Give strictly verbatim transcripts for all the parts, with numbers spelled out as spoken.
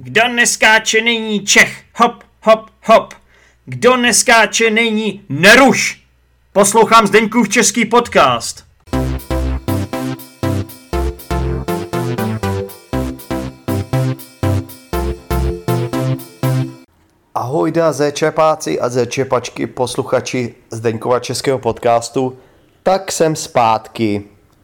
Kdo neskáče, není Čech. Hop, hop, hop. Kdo neskáče, není Neruš. Poslouchám Zdeňkův český podcast. Ahojda zéčepáci a zéčepačky, posluchači Zdeňkova českého podcastu. Tak jsem zpátky.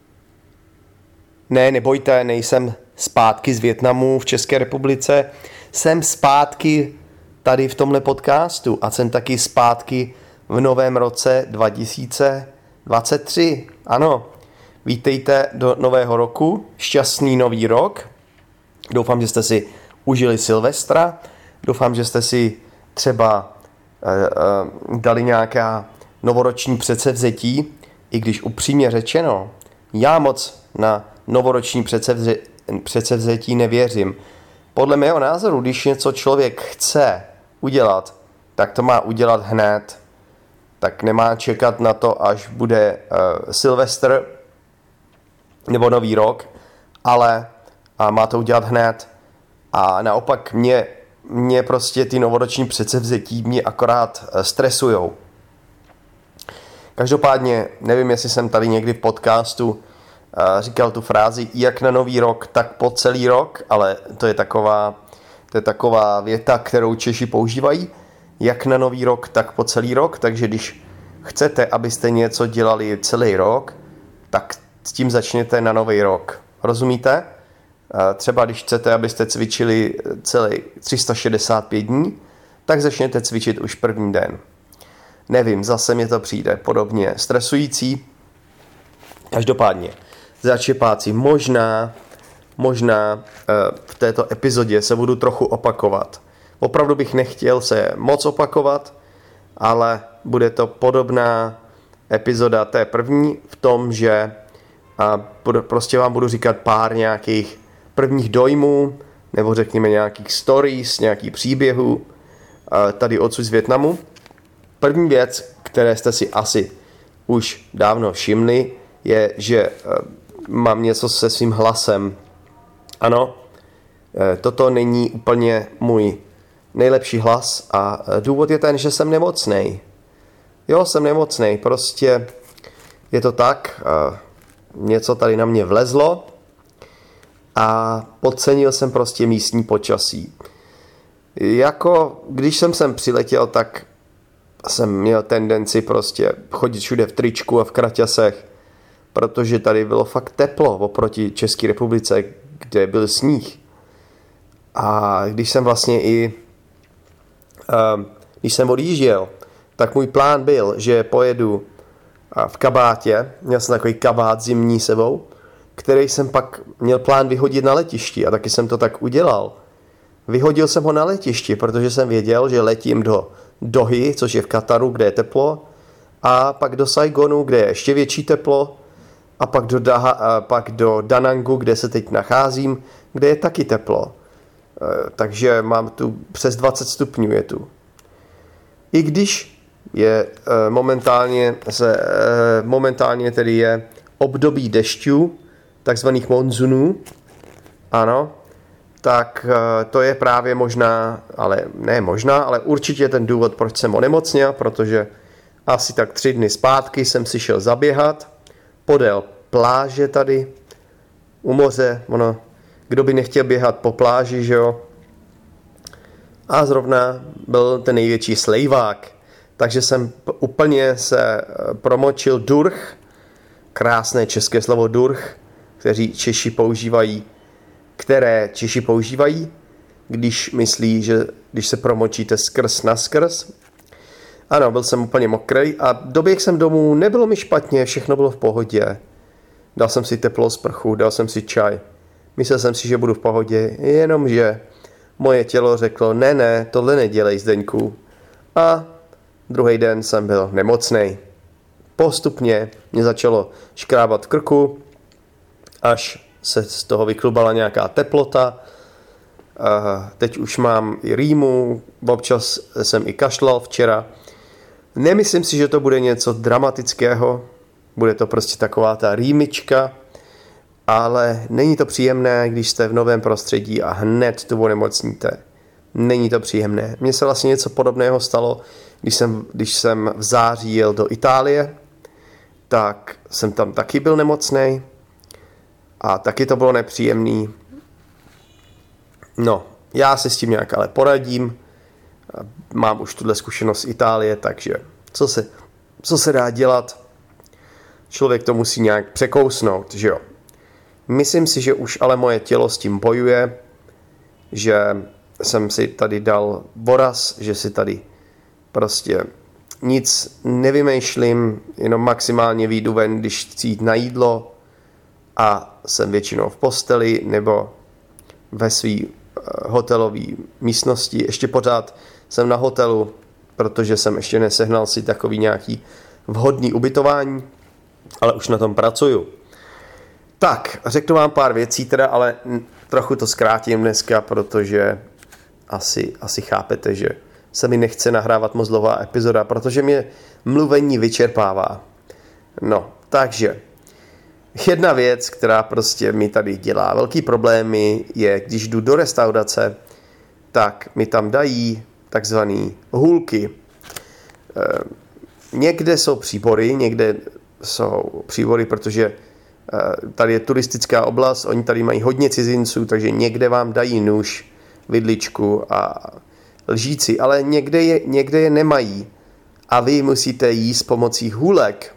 Ne, nebojte, nejsem zpátky z Vietnamu v České republice. Jsem zpátky tady v tomhle podcastu a jsem taky zpátky v novém roce dva tisíce dvacet tři. Ano, vítejte do nového roku, šťastný nový rok. Doufám, že jste si užili Silvestra. Doufám, že jste si třeba uh, uh, dali nějaká novoroční předsevzetí, i když upřímně řečeno, já moc na novoroční předsevze, předsevzetí nevěřím. Podle mého názoru, když něco člověk chce udělat, tak to má udělat hned. Tak nemá čekat na to, až bude uh, Silvestr nebo Nový rok, ale uh, má to udělat hned. A naopak mě Mě prostě ty novoroční předsevzetí mě akorát stresujou. Každopádně, nevím, jestli jsem tady někdy v podcastu říkal tu frázi jak na nový rok, tak po celý rok, ale to je taková, to je taková věta, kterou Češi používají. Jak na nový rok, tak po celý rok, takže když chcete, abyste něco dělali celý rok, tak s tím začněte na nový rok. Rozumíte? Třeba když chcete, abyste cvičili celý tři sta šedesát pět dní, tak začněte cvičit už první den. Nevím, zase mě to přijde podobně stresující. Každopádně, začepáci, možná, možná v této epizodě se budu trochu opakovat. Opravdu bych nechtěl se moc opakovat, ale bude to podobná epizoda té první v tom, že prostě vám budu říkat pár nějakých prvních dojmů, nebo řekněme nějakých stories, nějakých příběhů tady odsud z Vietnamu. První věc, které jste si asi už dávno všimli, je, že mám něco se svým hlasem. Ano, toto není úplně můj nejlepší hlas a důvod je ten, že jsem nemocnej. Jo, jsem nemocnej, prostě je to tak, něco tady na mě vlezlo, a podcenil jsem prostě místní počasí. Jako když jsem sem přiletěl, tak jsem měl tendenci prostě chodit všude v tričku a v kraťasech, protože tady bylo fakt teplo oproti České republice, kde byl sníh. A když jsem vlastně i když jsem odjížděl, tak můj plán byl, že pojedu v kabátě, měl jsem takový kabát zimní sebou, který jsem pak měl plán vyhodit na letišti a taky jsem to tak udělal. Vyhodil jsem ho na letišti, protože jsem věděl, že letím do Dohy, což je v Kataru, kde je teplo, a pak do Saigonu, kde je ještě větší teplo, a pak do, Daha, a pak do Danangu, kde se teď nacházím, kde je taky teplo. E, takže mám tu přes dvacet stupňů je tu. I když je e, momentálně, se, e, momentálně tedy je období dešťů, takzvaných monzunů, ano, tak to je právě možná, ale ne možná, ale určitě ten důvod, proč jsem onemocněl, protože asi tak tři dny zpátky jsem si šel zaběhat podél pláže tady u moře, ono, kdo by nechtěl běhat po pláži, že jo, a zrovna byl ten největší slejvák, takže jsem úplně se promočil durch, krásné české slovo durch, kteří Češi používají, které Češi používají, když myslí, že když se promočíte skrz na skrz. Ano, byl jsem úplně mokrý a doběh jsem domů, nebylo mi špatně, všechno bylo v pohodě. Dal jsem si teplou sprchu, dal jsem si čaj. Myslel jsem si, že budu v pohodě, jenomže moje tělo řeklo, ne, ne, tohle nedělej, Zdeňku. A druhý den jsem byl nemocnej. Postupně mě začalo škrábat v krku, až se z toho vyklubala nějaká teplota. Teď už mám i rýmu, občas jsem i kašlal včera. Nemyslím si, že to bude něco dramatického, bude to prostě taková ta rýmička ale není to příjemné, když jste v novém prostředí a hned tu onemocníte. Není to příjemné. Mně se vlastně něco podobného stalo, když jsem, když jsem v září jel do Itálie, tak jsem tam taky byl nemocnej a taky to bylo nepříjemný. No, já se s tím nějak ale poradím. Mám už tuhle zkušenost z Itálie, takže co se, co se dá dělat? Člověk to musí nějak překousnout, že jo? Myslím si, že už ale moje tělo s tím bojuje, že jsem si tady dal voraz, že si tady prostě nic nevymýšlím, jenom maximálně vyjdu ven, když chci jít na jídlo a jsem většinou v posteli nebo ve své hotelové místnosti. Ještě pořád jsem na hotelu, protože jsem ještě nesehnal si takový nějaký vhodný ubytování, ale už na tom pracuju. Tak, řeknu vám pár věcí teda, ale trochu to zkrátím dneska, protože asi, asi chápete, že se mi nechce nahrávat moc dlouhá epizoda, protože mě mluvení vyčerpává. No, takže jedna věc, která prostě mi tady dělá velký problémy, je, když jdu do restaurace, tak mi tam dají takzvaný hůlky. E, někde jsou příbory, někde jsou příbory, protože e, tady je turistická oblast, oni tady mají hodně cizinců, takže někde vám dají nůž, vidličku a lžíci, ale někde je, někde je nemají a vy musíte jíst pomocí hůlek.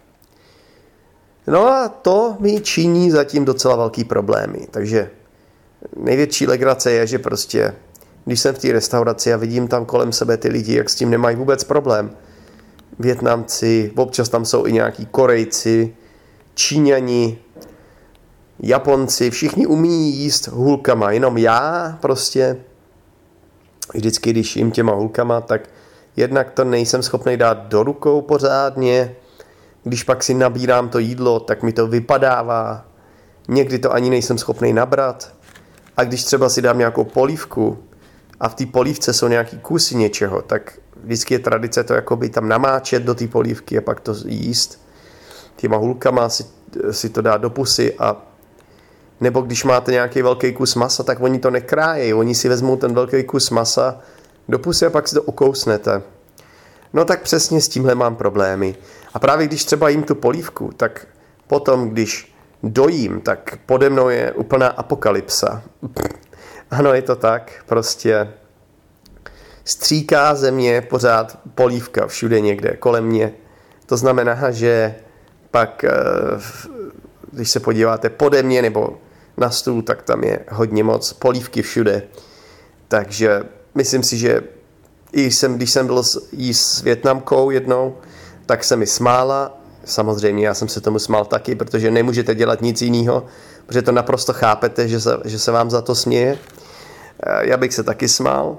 No a to mi činí zatím docela velký problémy, takže největší legrace je, že prostě když jsem v té restauraci a vidím tam kolem sebe ty lidi, jak s tím nemají vůbec problém. Vietnamci, občas tam jsou i nějaký Korejci, Číňani, Japonci, všichni umí jíst hůlkama, jenom já prostě vždycky, když jím těma hůlkama, tak jednak to nejsem schopný dát do rukou pořádně, když pak si nabírám to jídlo, tak mi to vypadává, někdy to ani nejsem schopný nabrat a když třeba si dám nějakou polívku a v té polívce jsou nějaký kusy něčeho, tak vždycky je tradice to jakoby tam namáčet do té polívky a pak to jíst těma hůlkama, si, si to dát do pusy a nebo když máte nějaký velký kus masa, tak oni to nekrájejí, oni si vezmou ten velký kus masa do pusy a pak si to ukousnete. No tak přesně s tímhle mám problémy. A právě když třeba jím tu polívku, tak potom, když dojím, tak pode mnou je úplná apokalypsa. Ano, je to tak, prostě stříká ze mě pořád polívka všude někde kolem mě. To znamená, že pak, když se podíváte pode mě nebo na stůl, tak tam je hodně moc polívky všude. Takže myslím si, že i jsem, když jsem byl jíst s Vietnamkou jednou, tak se mi smála. Samozřejmě já jsem se tomu smál taky, protože nemůžete dělat nic jiného, protože to naprosto chápete, že se, že se vám za to směje. Já bych se taky smál.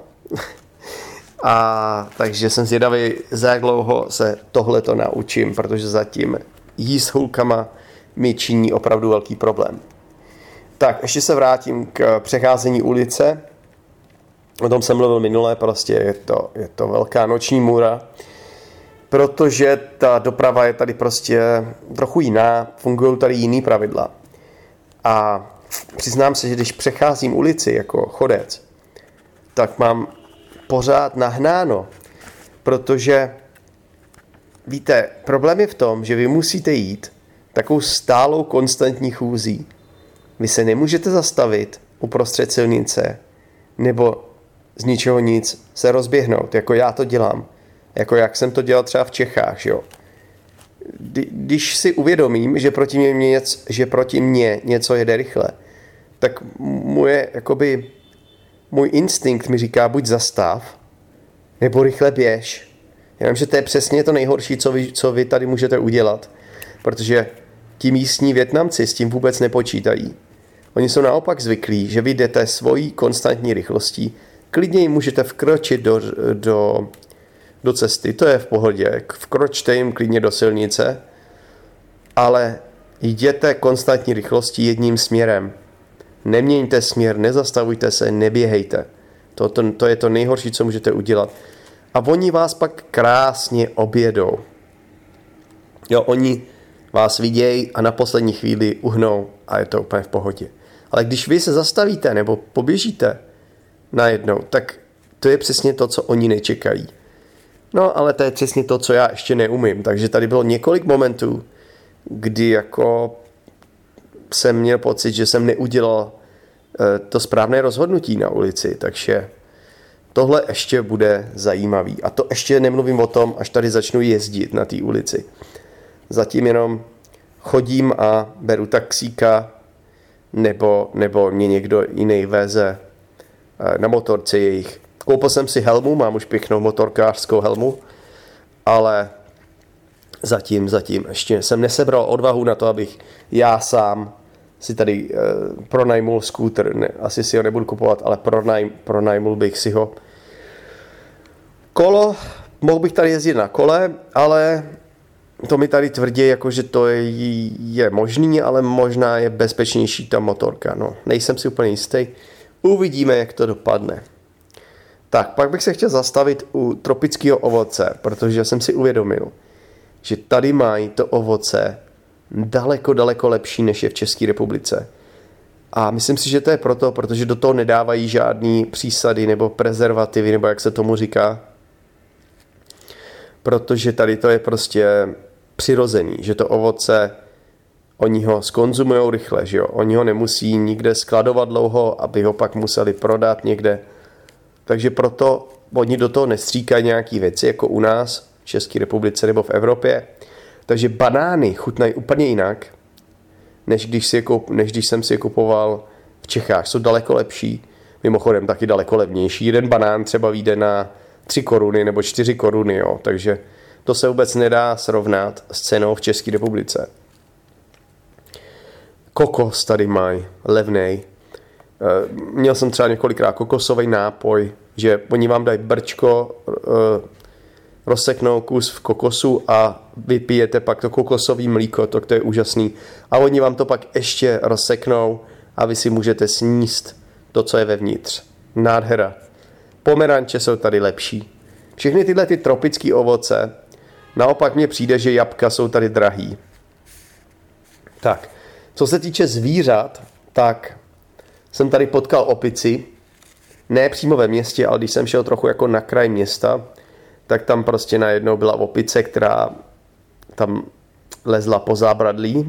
A takže jsem zvědavý, za jak dlouho se tohleto naučím, protože zatím jíst hůlkama mi činí opravdu velký problém. Tak, ještě se vrátím k přecházení ulice. O tom jsem mluvil minule, prostě je to, je to velká noční můra, protože ta doprava je tady prostě trochu jiná, fungují tady jiný pravidla. A přiznám se, že když přecházím ulici jako chodec, tak mám pořád nahnáno, protože víte, problém je v tom, že vy musíte jít takovou stálou konstantní chůzí. Vy se nemůžete zastavit uprostřed silnice nebo z ničeho nic se rozběhnout, jako já to dělám. Jako jak jsem to dělal třeba v Čechách, že jo. Když si uvědomím, že proti mě, něco, že proti mě něco jede rychle, tak moje, jakoby, můj instinkt mi říká buď zastav, nebo rychle běž. Já vím, že to je přesně to nejhorší, co vy, co vy tady můžete udělat, protože ti místní Vietnamci s tím vůbec nepočítají. Oni jsou naopak zvyklí, že vy jdete svojí konstantní rychlostí, klidně jim můžete vkročit do, do, do cesty, to je v pohodě, vkročte jim klidně do silnice, ale jděte konstantní rychlostí jedním směrem. Neměňte směr, nezastavujte se, neběhejte. To, to, to je to nejhorší, co můžete udělat. A oni vás pak krásně objedou. Jo, oni vás vidějí a na poslední chvíli uhnou a je to úplně v pohodě. Ale když vy se zastavíte nebo poběžíte najednou, tak to je přesně to, co oni nečekají. No, ale to je přesně to, co já ještě neumím. Takže tady bylo několik momentů, kdy jako jsem měl pocit, že jsem neudělal to správné rozhodnutí na ulici, takže tohle ještě bude zajímavý. A to ještě nemluvím o tom, až tady začnu jezdit na té ulici. Zatím jenom chodím a beru taxíka, nebo, nebo mě někdo jiný veze na motorce jejich. Koupil jsem si helmu, mám už pěknou motorkářskou helmu, ale zatím, zatím ještě jsem nesebral odvahu na to, abych já sám si tady eh, pronajmul skútr. Ne, asi si ho nebudu kupovat, ale pronajm, pronajmul bych si ho. Kolo, mohl bych tady jezdit na kole, ale to mi tady tvrdí, jako, že to je, je možný, ale možná je bezpečnější ta motorka. No, nejsem si úplně jistý. Uvidíme, jak to dopadne. Tak, pak bych se chtěl zastavit u tropického ovoce, protože jsem si uvědomil, že tady mají to ovoce daleko, daleko lepší, než je v České republice. A myslím si, že to je proto, protože do toho nedávají žádný přísady nebo prezervativy, nebo jak se tomu říká. Protože tady to je prostě přirozený, že to ovoce, oni ho skonzumujou rychle, že jo? Oni ho nemusí nikde skladovat dlouho, aby ho pak museli prodat někde. Takže proto oni do toho nestříkají nějaký věci, jako u nás v České republice nebo v Evropě. Takže banány chutnají úplně jinak, než když, si je koup, než když jsem si je kupoval v Čechách. Jsou daleko lepší, mimochodem taky daleko levnější. Jeden banán třeba vyjde na tři koruny nebo čtyři koruny, jo. Takže to se vůbec nedá srovnat s cenou v České republice. Kokos tady mají, levnej. Měl jsem třeba několikrát kokosový nápoj, že oni vám dají brčko, rozseknou kus v kokosu a vypijete pak to kokosové mlíko, to, to je úžasný. A oni vám to pak ještě rozseknou a vy si můžete sníst to, co je vevnitř. Nádhera. Pomeranče jsou tady lepší. Všechny tyhle ty tropické ovoce, naopak mně přijde, že jabka jsou tady drahý. Tak, co se týče zvířat, tak jsem tady potkal opici, ne přímo ve městě, ale když jsem šel trochu jako na kraj města, tak tam prostě najednou byla opice, která tam lezla po zábradlí.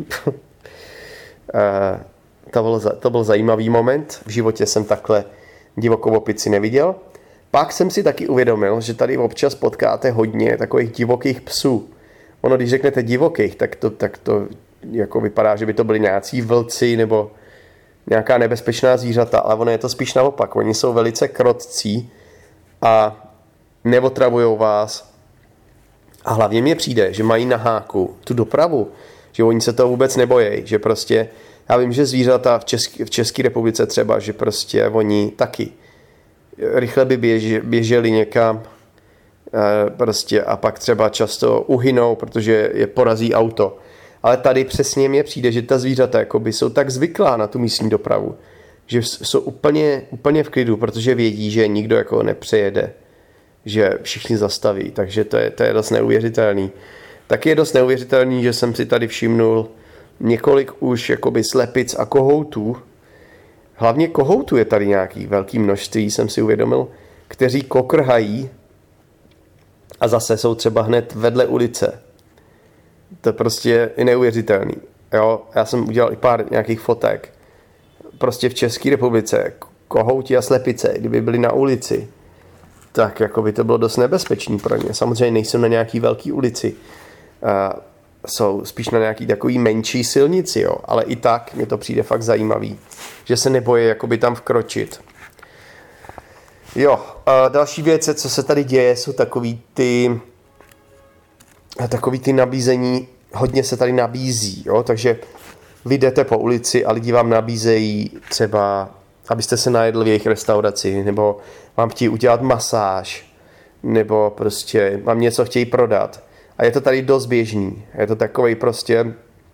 to, byl, to byl zajímavý moment. V životě jsem takhle divokou opici neviděl. Pak jsem si taky uvědomil, že tady občas potkáte hodně takových divokých psů. Ono, když řeknete divokých, tak to, tak to jako vypadá, že by to byli nějací vlci nebo nějaká nebezpečná zvířata, ale ono je to spíš naopak. Oni jsou velice krotcí a neotravujou vás. A hlavně mně přijde, že mají na háku tu dopravu, že oni se toho vůbec nebojí, že prostě, já vím, že zvířata v České, v České republice třeba, že prostě oni taky rychle by běž, běželi někam prostě a pak třeba často uhynou, protože je porazí auto. Ale tady přesně mně přijde, že ta zvířata jakoby jsou tak zvyklá na tu místní dopravu, že jsou úplně, úplně v klidu, protože vědí, že nikdo jako nepřejede, že všichni zastaví, takže to je, to je dost neuvěřitelný. Taky je dost neuvěřitelný, že jsem si tady všimnul několik už jakoby slepic a kohoutů. Hlavně kohoutů je tady nějaký velký množství, jsem si uvědomil, kteří kokrhají a zase jsou třeba hned vedle ulice. To prostě je neuvěřitelný. Jo? Já jsem udělal i pár nějakých fotek. Prostě v České republice kohouti a slepice, kdyby byli na ulici, tak jako by to bylo dost nebezpečný pro ně. Samozřejmě nejsou na nějaký velký ulici. Uh, jsou spíš na nějaký takový menší silnici, jo. Ale i tak mi to přijde fakt zajímavý, že se nebojí jakoby tam vkročit. Jo, uh, další věc, co se tady děje, jsou takový ty takový ty nabízení, hodně se tady nabízí, jo. Takže vy jdete po ulici a lidi vám nabízejí třeba, abyste se najedli v jejich restauraci, nebo vám chtějí udělat masáž, nebo prostě vám něco chtějí prodat. A je to tady dost běžný. Je to takovej prostě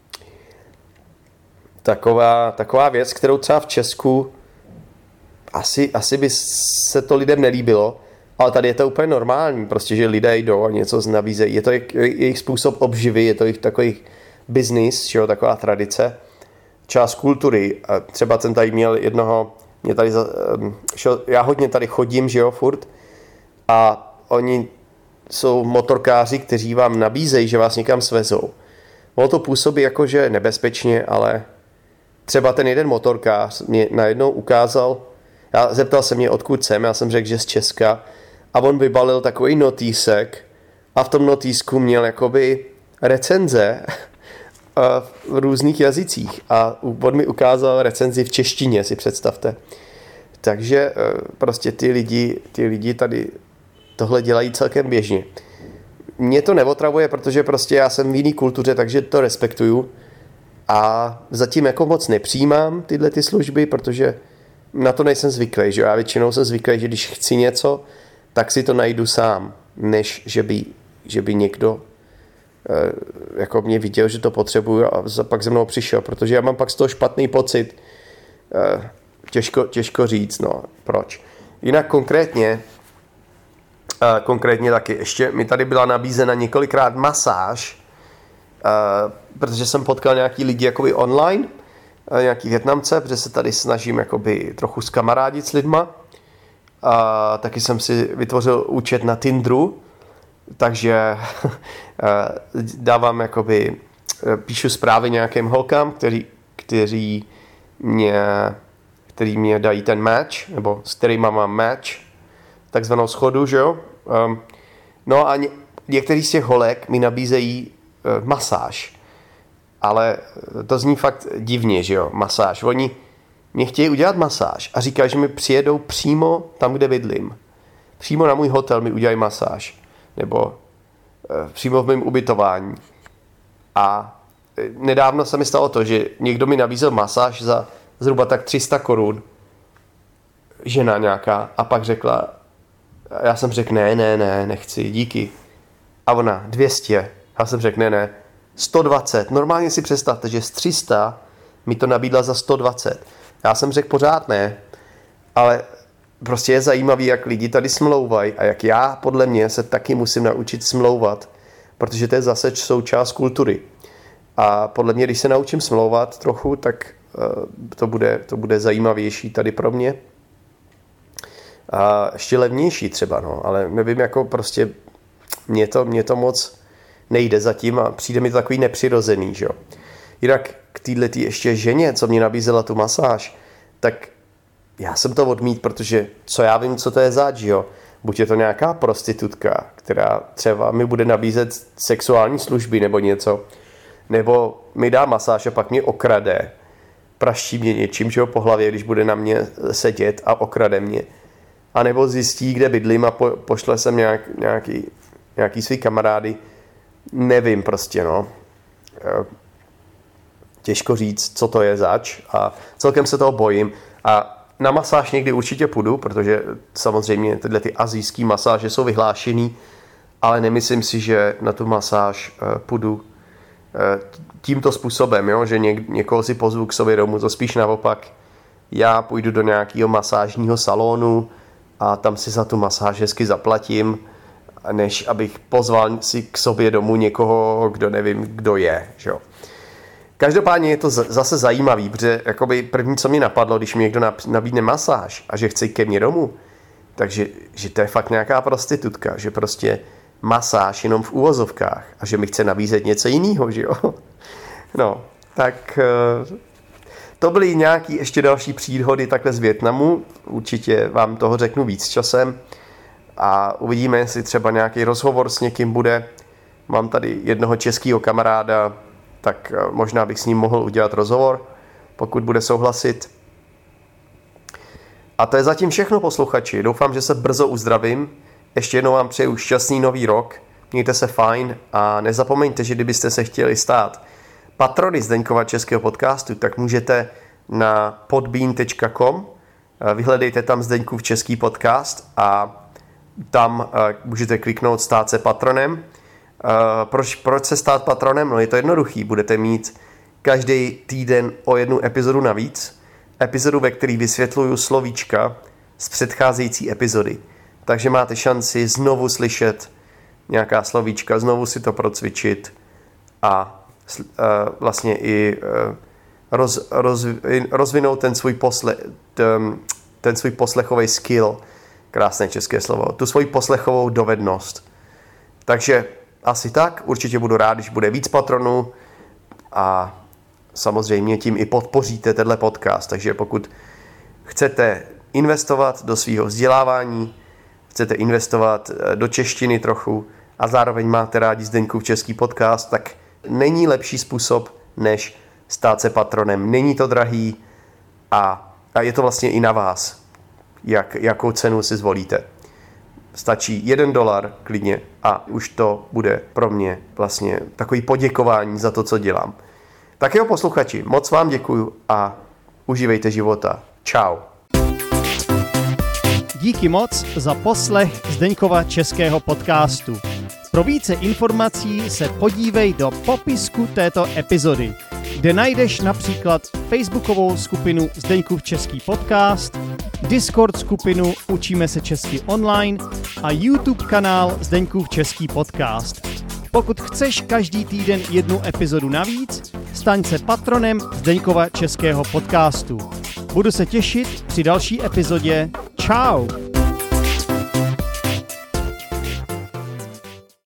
taková, taková věc, kterou třeba v Česku asi, asi by se to lidem nelíbilo, ale tady je to úplně normální, prostě, že lidé jdou a něco nabízejí. Je to jejich způsob obživy, je to jejich takový business, že jo, taková tradice, část kultury. A třeba jsem tady měl jednoho, mě tady, šel, já hodně tady chodím, že jo, furt, a oni jsou motorkáři, kteří vám nabízejí, že vás někam svezou. Ono to působí jako, že nebezpečně, ale třeba ten jeden motorkář mě najednou ukázal, já zeptal se mě, odkud jsem, já jsem řekl, že z Česka, a on vybalil takový notýsek a v tom notýsku měl jakoby recenze v různých jazycích a on mi ukázal recenzi v češtině, si představte. Takže prostě ty lidi, ty lidi tady tohle dělají celkem běžně. Mě to neotravuje, protože prostě já jsem v jiný kultuře, takže to respektuju a zatím jako moc nepřijímám tyhle ty služby, protože na to nejsem zvyklý, že já většinou jsem zvyklý, že když chci něco, tak si to najdu sám, než že by, že by někdo eh, jako mě viděl, že to potřebuju a pak ze mnou přišel, protože já mám pak z toho špatný pocit. Eh, těžko, těžko říct, no, proč. Jinak konkrétně, eh, konkrétně taky ještě mi tady byla nabízena několikrát masáž, eh, protože jsem potkal nějaký lidi jakoby online, nějaký Vietnamce, protože se tady snažím jakoby trochu zkamarádit s lidma. A taky jsem si vytvořil účet na Tinderu, takže dávám jakoby, píšu zprávy nějakým holkám, kteří, kteří, mě, kteří mě dají ten match, nebo s kterýma mám match, takzvanou schodu, že jo. No a ně, některý z těch holek mi nabízejí masáž. Ale to zní fakt divně, že jo, masáž. Oni mě chtějí udělat masáž a říkají, že mi přijedou přímo tam, kde bydlím. Přímo na můj hotel mi udělají masáž. Nebo e, přímo v mém ubytování. A nedávno se mi stalo to, že někdo mi nabízel masáž za zhruba tak tři sta korun. Žena nějaká. A pak řekla, já jsem řekl, ne, ne, ne, nechci, díky. A ona, dvě stě. Já jsem řekl, ne, ne. sto dvacet. Normálně si představte, že z tři sta mi to nabídla za sto dvacet. Já jsem řekl pořád ne, ale prostě je zajímavý, jak lidi tady smlouvají a jak já podle mě se taky musím naučit smlouvat, protože to je zase součást kultury. A podle mě, když se naučím smlouvat trochu, tak to bude, to bude zajímavější tady pro mě. A ještě levnější třeba, no, ale nevím, jako prostě mě to, mě to moc nejde zatím a přijde mi to takový nepřirozený, že jo. Jinak k této ještě ženě, co mě nabízela tu masáž, tak já jsem to odmít, protože co já vím, co to je zač, jo. Buď je to nějaká prostitutka, která třeba mi bude nabízet sexuální služby nebo něco, nebo mi dá masáž a pak mě okrade, praští mě něčím, že jo, po hlavě, když bude na mě sedět a okrade mě. A nebo zjistí, kde bydlím a po, pošle sem nějak, nějaký, nějaký svý kamarády. Nevím prostě, no. Těžko říct, co to je zač a celkem se toho bojím. A na masáž někdy určitě půjdu, protože samozřejmě tyhle ty asijský masáže jsou vyhlášený, ale nemyslím si, že na tu masáž půjdu tímto způsobem, jo? Že něk- někoho si pozvu k sobě domů, to spíš naopak. Já půjdu do nějakého masážního salonu a tam si za tu masáž hezky zaplatím, než abych pozval si k sobě domů někoho, kdo nevím, kdo je. Že jo? Každopádně je to zase zajímavý, protože jakoby první, co mi napadlo, když mi někdo nabídne masáž a že chce ke mně domů, takže že to je fakt nějaká prostitutka, že prostě masáž jenom v uvozovkách a že mi chce nabízet něco jiného, že jo? No, tak to byly nějaký ještě další příhody takhle z Vietnamu, určitě vám toho řeknu víc časem a uvidíme, jestli třeba nějaký rozhovor s někým bude. Mám tady jednoho českého kamaráda, tak možná bych s ním mohl udělat rozhovor, pokud bude souhlasit. A to je zatím všechno, posluchači. Doufám, že se brzo uzdravím. Ještě jednou vám přeju šťastný nový rok. Mějte se fajn a nezapomeňte, že kdybyste se chtěli stát patrony Zdeňkova českého podcastu, tak můžete na podbean tečka com, vyhledejte tam Zdeňkův český podcast a tam můžete kliknout stát se patronem. Proč, proč se stát patronem? No je to jednoduchý. Budete mít každý týden o jednu epizodu navíc. Epizodu, ve které vysvětluju slovíčka z předcházející epizody. Takže máte šanci znovu slyšet nějaká slovíčka, znovu si to procvičit a vlastně i roz, roz, rozvinout ten svůj, posle, ten, ten svůj poslechový skill, krásné české slovo, tu svoji poslechovou dovednost. Takže asi tak, určitě budu rád, když bude víc patronů a samozřejmě tím i podpoříte tenhle podcast. Takže pokud chcete investovat do svého vzdělávání, chcete investovat do češtiny trochu a zároveň máte rádi Zdeňkův český podcast, tak není lepší způsob, než stát se patronem. Není to drahý a, a je to vlastně i na vás, jak, jakou cenu si zvolíte. Stačí jeden dolar klidně a už to bude pro mě vlastně takový poděkování za to, co dělám. Tak jo, posluchači, moc vám děkuju a užívejte života. Čau. Díky moc za poslech Zdeňkova českého podcastu. Pro více informací se podívej do popisku této epizody, kde najdeš například facebookovou skupinu Zdeňkův český podcast, Discord skupinu Učíme se česky online a YouTube kanál Zdeňkův český podcast. Pokud chceš každý týden jednu epizodu navíc, staň se patronem Zdeňkova českého podcastu. Budu se těšit při další epizodě. Čau!